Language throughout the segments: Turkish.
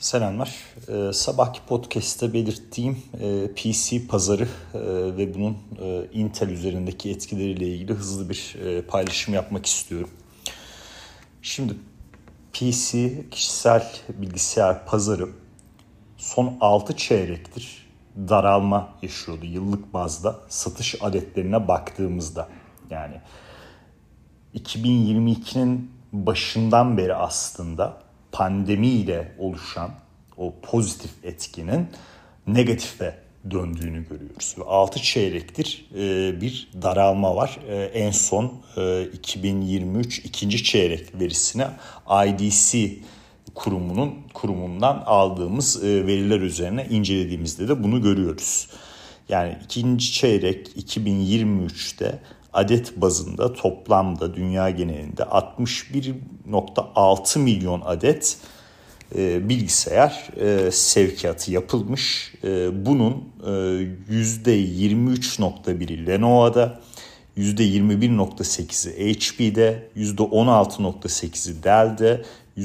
Selamlar. Sabahki podcast'te belirttiğim PC pazarı ve bunun Intel üzerindeki etkileriyle ilgili hızlı bir paylaşım yapmak istiyorum. Şimdi PC, kişisel bilgisayar pazarı son 6 çeyrektir daralma yaşıyordu yıllık bazda satış adetlerine baktığımızda. Yani 2022'nin başından beri aslında pandemiyle oluşan o pozitif etkinin negatife döndüğünü görüyoruz. Ve 6 çeyrektir bir daralma var. En son 2023 ikinci çeyrek verisine IDC kurumundan aldığımız veriler üzerine incelediğimizde de bunu görüyoruz. Yani ikinci çeyrek 2023'te adet bazında toplamda dünya genelinde 61,6 milyon adet bilgisayar sevkiyatı yapılmış. Bunun %23,1'i Lenovo'da, %21,8'i HP'de, %16,8'i Dell'de,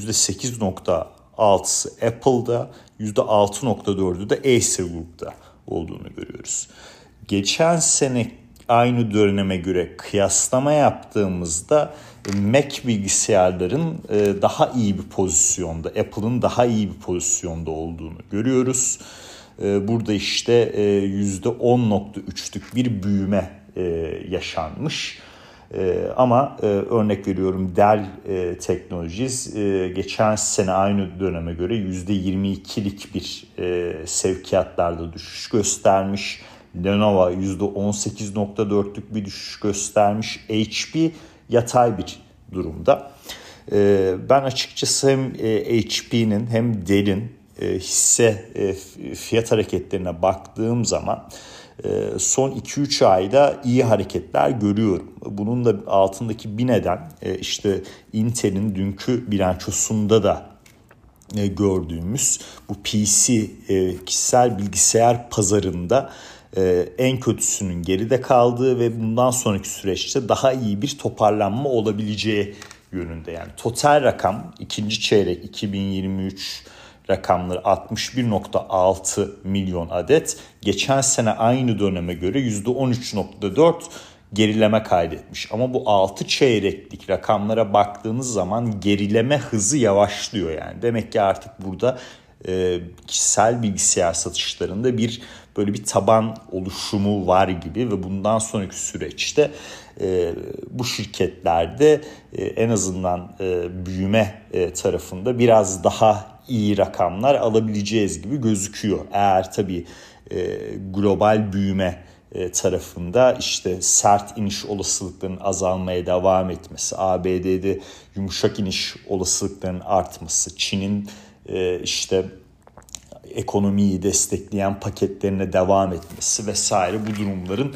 %8,6'sı Apple'da, %6,4'ü de Acer Group'da olduğunu görüyoruz. Geçen sene aynı döneme göre kıyaslama yaptığımızda Mac bilgisayarların daha iyi bir pozisyonda, Apple'ın daha iyi bir pozisyonda olduğunu görüyoruz. Burada işte %10,3'lük bir büyüme yaşanmış. Ama örnek veriyorum Dell Technologies geçen sene aynı döneme göre %22'lik bir sevkiyatlarda düşüş göstermiş. Lenovo %18,4'lük bir düşüş göstermiş. HP yatay bir durumda. Ben açıkçası hem HP'nin hem Dell'in hisse fiyat hareketlerine baktığım zaman son 2-3 ayda iyi hareketler görüyorum. Bunun da altındaki bir neden işte Intel'in dünkü bilançosunda da gördüğümüz bu PC kişisel bilgisayar pazarında en kötüsünün geride kaldığı ve bundan sonraki süreçte daha iyi bir toparlanma olabileceği yönünde. Yani total rakam ikinci çeyrek 2023 rakamları 61,6 milyon adet. Geçen sene aynı döneme göre %13,4 gerileme kaydetmiş. Ama bu 6 çeyreklik rakamlara baktığınız zaman gerileme hızı yavaşlıyor yani. Demek ki artık burada kişisel bilgisayar satışlarında böyle bir taban oluşumu var gibi ve bundan sonraki süreçte bu şirketlerde en azından büyüme tarafında biraz daha iyi rakamlar alabileceğiz gibi gözüküyor. Eğer tabii global büyüme tarafında işte sert iniş olasılıklarının azalmaya devam etmesi, ABD'de yumuşak iniş olasılıklarının artması, Çin'in işte ekonomiyi destekleyen paketlerine devam etmesi vesaire bu durumların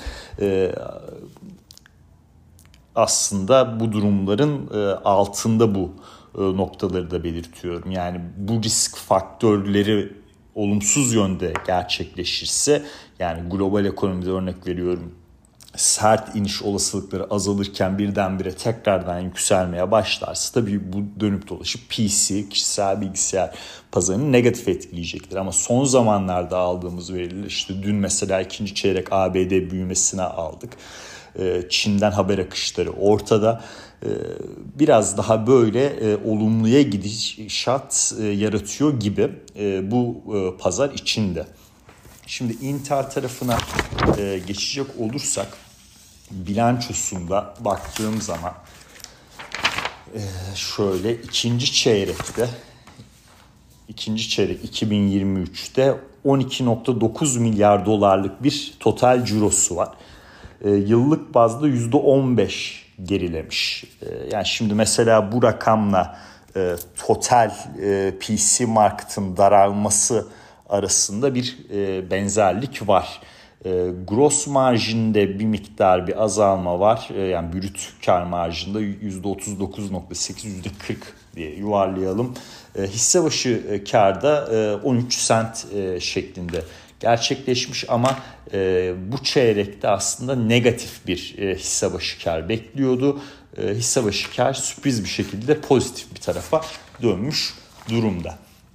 aslında bu durumların altında bu noktaları da belirtiyorum. Yani bu risk faktörleri olumsuz yönde gerçekleşirse yani global ekonomide örnek veriyorum sert iniş olasılıkları azalırken birdenbire tekrardan yükselmeye başlarsa tabii bu dönüp dolaşıp PC, kişisel bilgisayar pazarını negatif etkileyecektir. Ama son zamanlarda aldığımız veriler işte dün mesela ikinci çeyrek ABD büyümesine aldık. Çin'den haber akışları ortada. Biraz daha böyle olumluya gidişat yaratıyor gibi bu pazar içinde. Şimdi Intel tarafına geçecek olursak bilançosunda baktığım zaman şöyle ikinci çeyrek 2023'te 12,9 milyar dolarlık bir total cirosu var. Yıllık bazda %15 gerilemiş. Yani şimdi mesela bu rakamla total PC market'ın daralması arasında bir benzerlik var. Gross marjinde bir miktar bir azalma var. Yani brüt kar marjında %39,8, %40 diye yuvarlayalım. Hisse başı karda 13 sent şeklinde gerçekleşmiş ama bu çeyrekte aslında negatif bir hisse başı kar bekliyordu. Hisse başı kar sürpriz bir şekilde pozitif bir tarafa dönmüş durumda.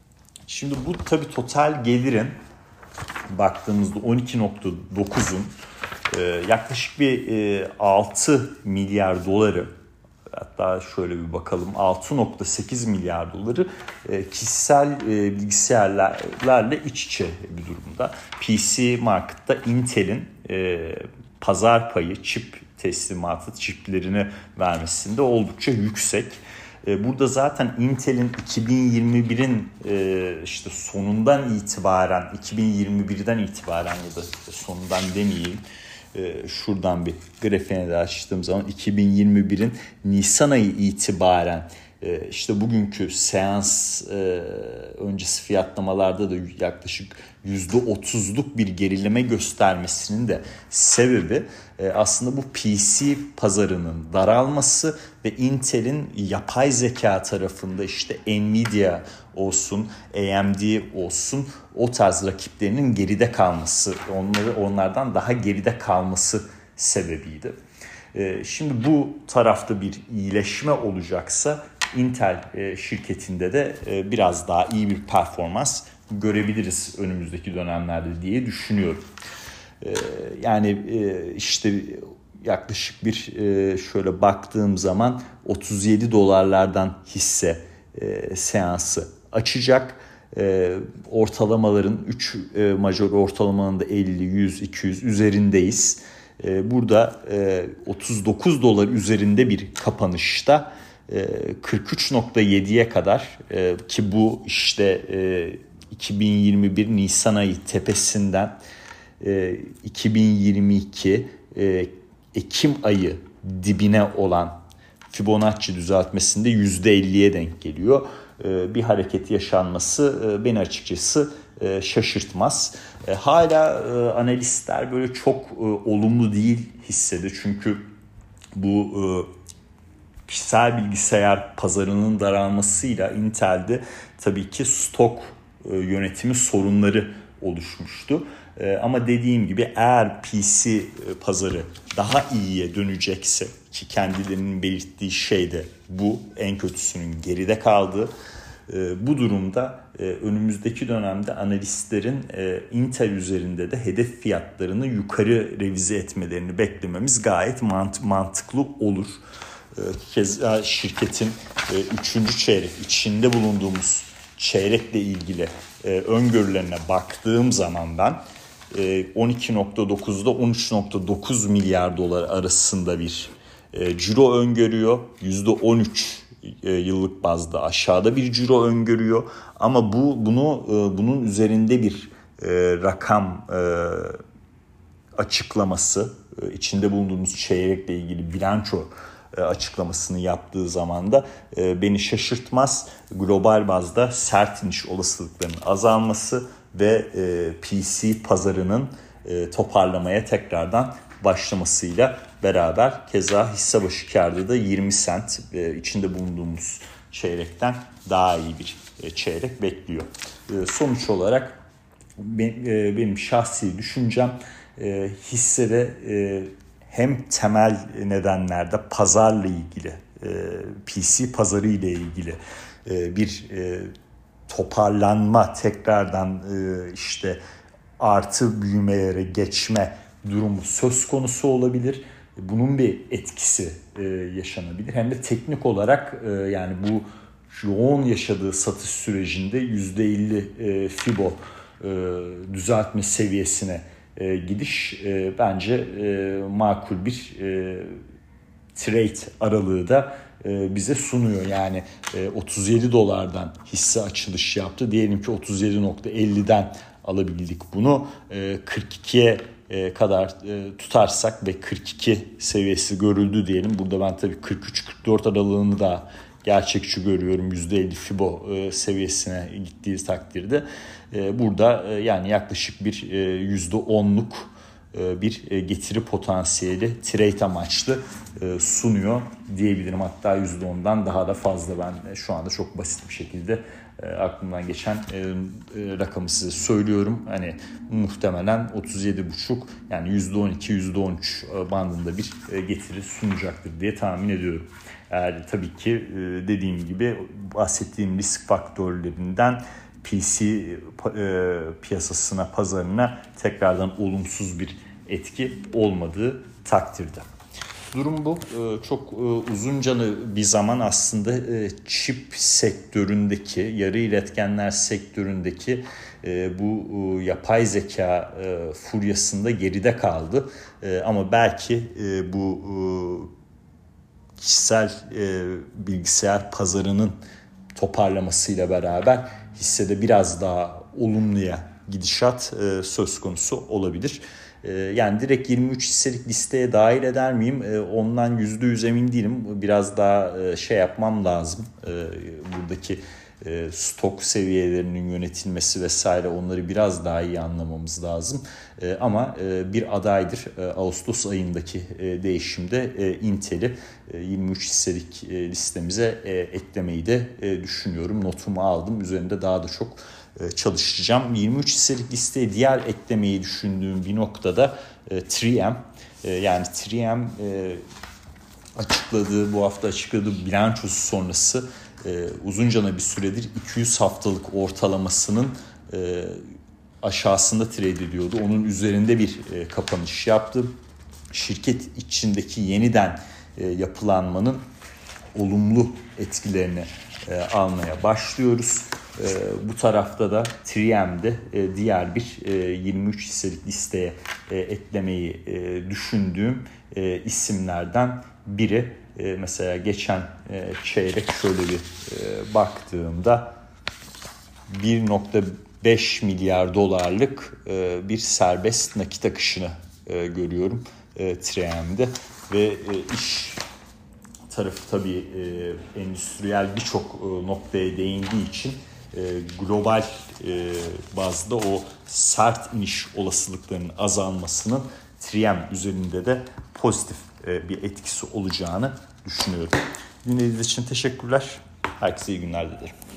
Şimdi bu tabii total gelirin baktığımızda 12.9'un yaklaşık bir 6 milyar doları, hatta şöyle bir bakalım, 6.8 milyar doları kişisel bilgisayarlarla iç içe bir durumda. PC Market'ta Intel'in pazar payı, çip teslimatı, çiplerini vermesinde oldukça yüksek. Burada zaten Intel'in 2021'in işte sonundan itibaren, 2021'den itibaren ya da sonundan demeyeyim, şuradan bir grafiğine de açtığım zaman 2021'in Nisan ayı itibaren işte bugünkü seans öncesi fiyatlamalarda da yaklaşık %30'luk bir gerileme göstermesinin de sebebi aslında bu PC pazarının daralması ve Intel'in yapay zeka tarafında işte Nvidia olsun, AMD olsun, o tarz rakiplerinin geride kalması, onlardan daha geride kalması sebebiydi. Şimdi bu tarafta bir iyileşme olacaksa Intel şirketinde de biraz daha iyi bir performans görebiliriz önümüzdeki dönemlerde diye düşünüyorum. Yani işte yaklaşık bir şöyle baktığım zaman 37 dolarlardan hisse seansı açacak. Ortalamaların 3 major ortalamanın da 50, 100, 200 üzerindeyiz. Burada 39 dolar üzerinde bir kapanışta 43.7'ye kadar ki bu işte 2021 Nisan ayı tepesinden 2022 Ekim ayı dibine olan Fibonacci düzeltmesinde %50'ye denk geliyor. Bir hareket yaşanması beni açıkçası şaşırtmaz. Hala analistler böyle çok olumlu değil hissede, çünkü bu kişisel bilgisayar pazarının daralmasıyla Intel'de tabii ki stok yönetimi sorunları oluşmuştu. Ama dediğim gibi eğer PC pazarı daha iyiye dönecekse, ki kendilerinin belirttiği şey de bu, en kötüsünün geride kaldığı, bu durumda önümüzdeki dönemde analistlerin Intel üzerinde de hedef fiyatlarını yukarı revize etmelerini beklememiz gayet mantıklı olur. Keza şirketin 3. çeyrek, içinde bulunduğumuz çeyrekle ilgili öngörülerine baktığım zaman ben 12.9'da 13.9 milyar dolar arasında bir ciro öngörüyor. %13 yıllık bazda aşağıda bir ciro öngörüyor. Ama bunun üzerinde bir rakam açıklaması, içinde bulunduğumuz çeyrekle ilgili bilanço açıklamasını yaptığı zaman da beni şaşırtmaz. Global bazda sert iniş olasılıklarının azalması ve PC pazarının toparlamaya tekrardan başlamasıyla beraber, keza hisse başı kârda da 20 sent içinde bulunduğumuz çeyrekten daha iyi bir çeyrek bekliyor. Sonuç olarak benim şahsi düşüncem hissede hem temel nedenlerde pazarla ilgili, PC pazarı ile ilgili bir toparlanma, tekrardan işte artı büyümelere geçme durumu söz konusu olabilir. Bunun bir etkisi yaşanabilir. Hem de teknik olarak yani bu yoğun yaşadığı satış sürecinde %50 Fibo düzeltme seviyesine gidiş bence makul bir trade aralığı da bize sunuyor. Yani 37 dolardan hisse açılış yaptı. Diyelim ki 37.50'den alabildik bunu. 42'ye kadar tutarsak ve 42 seviyesi görüldü diyelim. Burada ben tabii 43-44 aralığını da gerçekçi görüyorum. %50 Fibo seviyesine gittiği takdirde. Burada yani yaklaşık bir %10'luk bir getiri potansiyeli trade amaçlı sunuyor diyebilirim. Hatta %10'dan daha da fazla. Ben şu anda çok basit bir şekilde aklımdan geçen rakamı size söylüyorum. Hani muhtemelen 37,5 yani %12-13 bandında bir getiri sunacaktır diye tahmin ediyorum. Eğer tabii ki dediğim gibi bahsettiğim risk faktörlerinden PC piyasasına, pazarına tekrardan olumsuz bir etki olmadığı takdirde. Durum bu. Çok uzunca bir zaman aslında çip sektöründeki, yarı iletkenler sektöründeki bu yapay zeka furyasında geride kaldı. Ama belki bu kişisel bilgisayar pazarının toparlamasıyla beraber hissede biraz daha olumluya gidişat söz konusu olabilir. Yani direkt 23 hisselik listeye dahil eder miyim? Ondan %100 emin değilim. Biraz daha yapmam lazım. Buradaki stok seviyelerinin yönetilmesi vesaire, onları biraz daha iyi anlamamız lazım. Ama bir adaydır. Ağustos ayındaki değişimde Intel'i 23 hisselik listemize eklemeyi de düşünüyorum. Notumu aldım. Üzerinde daha da çok çalışacağım. 23 hisselik listeye diğer eklemeyi düşündüğüm bir noktada 3M. Yani 3M bu hafta açıkladığı bilançosu sonrası uzunca bir süredir 200 haftalık ortalamasının aşağısında trade ediyordu. Onun üzerinde bir kapanış yaptı. Şirket içindeki yeniden yapılanmanın olumlu etkilerini almaya başlıyoruz. Bu tarafta da 3M'de diğer bir 23 hisselik listeye eklemeyi düşündüğüm isimlerden biri. Mesela geçen çeyrek şöyle bir baktığımda 1.5 milyar dolarlık bir serbest nakit akışını görüyorum 3M'de ve iş tarafı tabii endüstriyel birçok noktaya değindiği için global bazda o sert iniş olasılıklarının azalmasının 3M üzerinde de pozitif bir etkisi olacağını düşünüyorum. Dinlediğiniz için teşekkürler. Herkese iyi günler dilerim.